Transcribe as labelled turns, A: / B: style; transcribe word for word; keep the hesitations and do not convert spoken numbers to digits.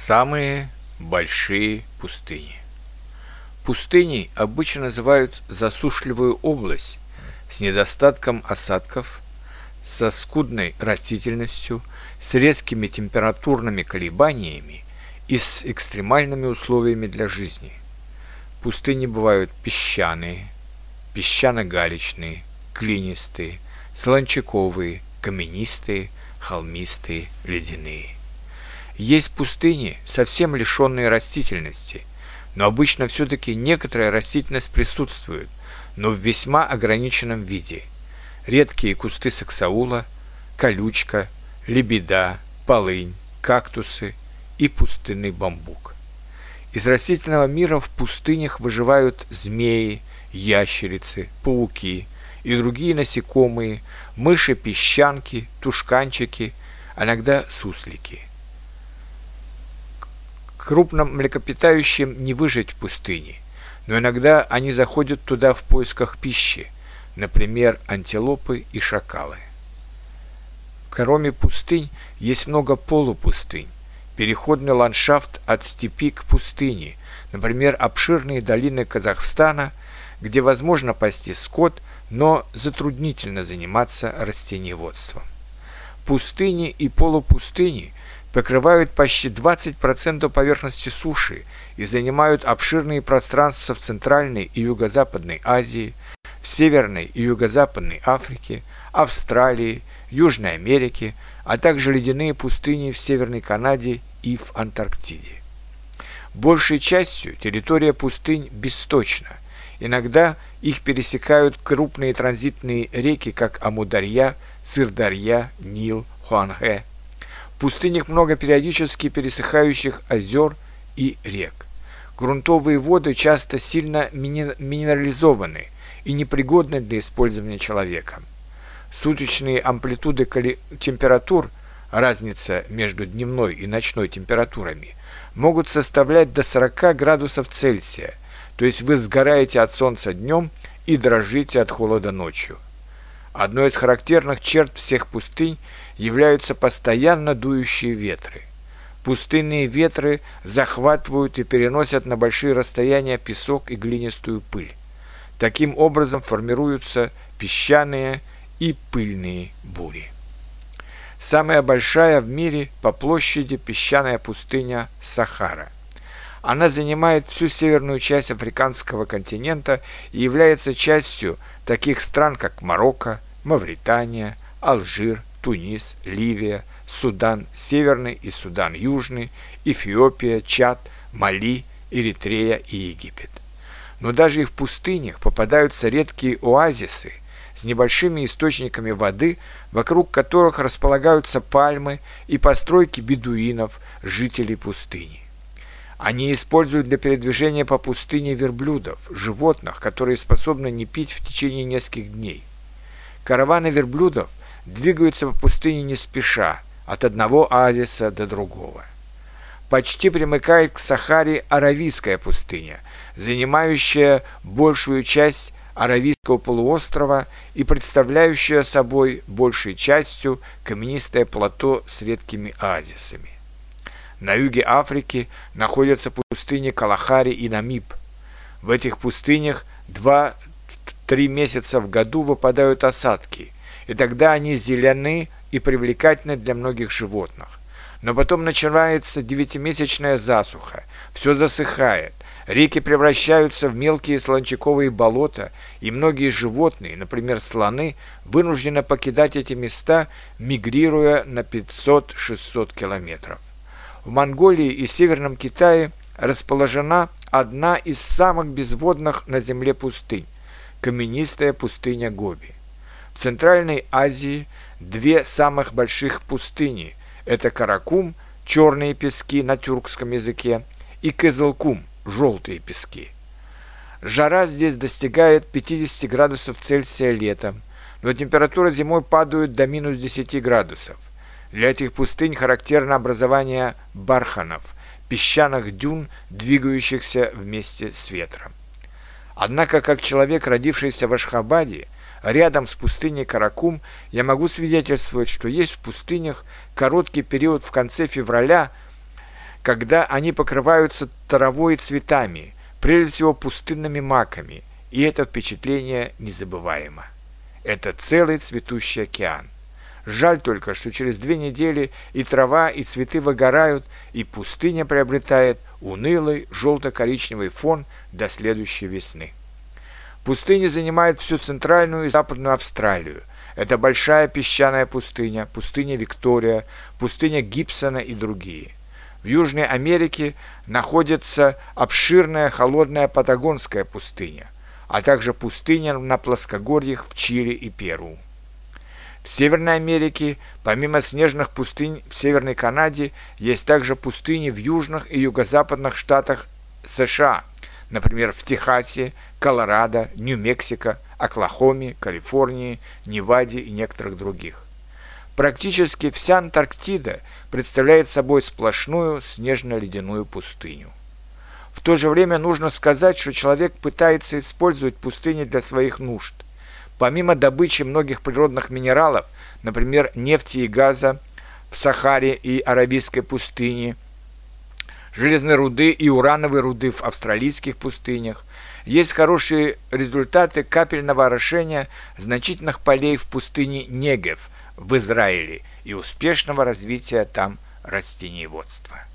A: Самые большие пустыни. Пустыней обычно называют засушливую область с недостатком осадков, со скудной растительностью, с резкими температурными колебаниями и с экстремальными условиями для жизни. Пустыни бывают песчаные, песчано-галечные, глинистые, солончаковые, каменистые, холмистые, ледяные. Есть пустыни, совсем лишенные растительности, но обычно все-таки некоторая растительность присутствует, но в весьма ограниченном виде. Редкие кусты саксаула, колючка, лебеда, полынь, кактусы и пустынный бамбук. Из растительного мира в пустынях выживают змеи, ящерицы, пауки и другие насекомые, мыши-песчанки, тушканчики, а иногда суслики. Крупным млекопитающим не выжить в пустыне, но иногда они заходят туда в поисках пищи, например, антилопы и шакалы. Кроме пустынь есть много полупустынь, переходный ландшафт от степи к пустыне, например, обширные долины Казахстана, где возможно пасти скот, но затруднительно заниматься растениеводством. Пустыни и полупустыни покрывают почти двадцать процентов поверхности суши и занимают обширные пространства в Центральной и Юго-Западной Азии, в Северной и Юго-Западной Африке, Австралии, Южной Америке, а также ледяные пустыни в Северной Канаде и в Антарктиде. Большей частью территория пустынь бесточна. Иногда их пересекают крупные транзитные реки, как Амударья, Сырдарья, Нил, Хуанхэ. В пустынях много периодически пересыхающих озер и рек. Грунтовые воды часто сильно минерализованы и непригодны для использования человеком. Суточные амплитуды температур, разница между дневной и ночной температурами, могут составлять до сорока градусов Цельсия, то есть вы сгораете от солнца днем и дрожите от холода ночью. Одной из характерных черт всех пустынь являются постоянно дующие ветры. Пустынные ветры захватывают и переносят на большие расстояния песок и глинистую пыль. Таким образом формируются песчаные и пыльные бури. Самая большая в мире по площади песчаная пустыня Сахара. Она занимает всю северную часть африканского континента и является частью таких стран, как Марокко, Мавритания, Алжир, Тунис, Ливия, Судан Северный и Судан Южный, Эфиопия, Чад, Мали, Эритрея и Египет. Но даже и в пустынях попадаются редкие оазисы с небольшими источниками воды, вокруг которых располагаются пальмы и постройки бедуинов, жителей пустыни. Они используют для передвижения по пустыне верблюдов, животных, которые способны не пить в течение нескольких дней. Караваны верблюдов двигаются по пустыне не спеша, от одного оазиса до другого. Почти примыкает к Сахаре Аравийская пустыня, занимающая большую часть Аравийского полуострова и представляющая собой большей частью каменистое плато с редкими оазисами. На юге Африки находятся пустыни Калахари и Намиб. В этих пустынях два-три месяца в году выпадают осадки, и тогда они зелены и привлекательны для многих животных. Но потом начинается девятимесячная засуха, все засыхает, реки превращаются в мелкие солончаковые болота, и многие животные, например, слоны, вынуждены покидать эти места, мигрируя на пятьсот-шестьсот километров. В Монголии и Северном Китае расположена одна из самых безводных на Земле пустынь – каменистая пустыня Гоби. В Центральной Азии две самых больших пустыни – это Каракум, черные пески на тюркском языке, и Кызылкум, желтые пески. Жара здесь достигает пятидесяти градусов Цельсия летом, но температура зимой падает до минус десяти градусов. Для этих пустынь характерно образование барханов, песчаных дюн, двигающихся вместе с ветром. Однако, как человек, родившийся в Ашхабаде, рядом с пустыней Каракум, я могу свидетельствовать, что есть в пустынях короткий период в конце февраля, когда они покрываются травой и цветами, прежде всего пустынными маками, и это впечатление незабываемо. Это целый цветущий океан. Жаль только, что через две недели и трава, и цветы выгорают, и пустыня приобретает унылый желто-коричневый фон до следующей весны. Пустыня занимает всю центральную и западную Австралию. Это большая песчаная пустыня, пустыня Виктория, пустыня Гибсона и другие. В Южной Америке находится обширная холодная Патагонская пустыня, а также пустыня на плоскогорьях в Чили и Перу. В Северной Америке, помимо снежных пустынь в Северной Канаде, есть также пустыни в южных и юго-западных штатах США, например, в Техасе, Колорадо, Нью-Мексико, Оклахоме, Калифорнии, Неваде и некоторых других. Практически вся Антарктида представляет собой сплошную снежно-ледяную пустыню. В то же время нужно сказать, что человек пытается использовать пустыни для своих нужд. Помимо добычи многих природных минералов, например, нефти и газа в Сахаре и Аравийской пустыне, железной руды и урановой руды в австралийских пустынях, есть хорошие результаты капельного орошения значительных полей в пустыне Негев в Израиле и успешного развития там растениеводства.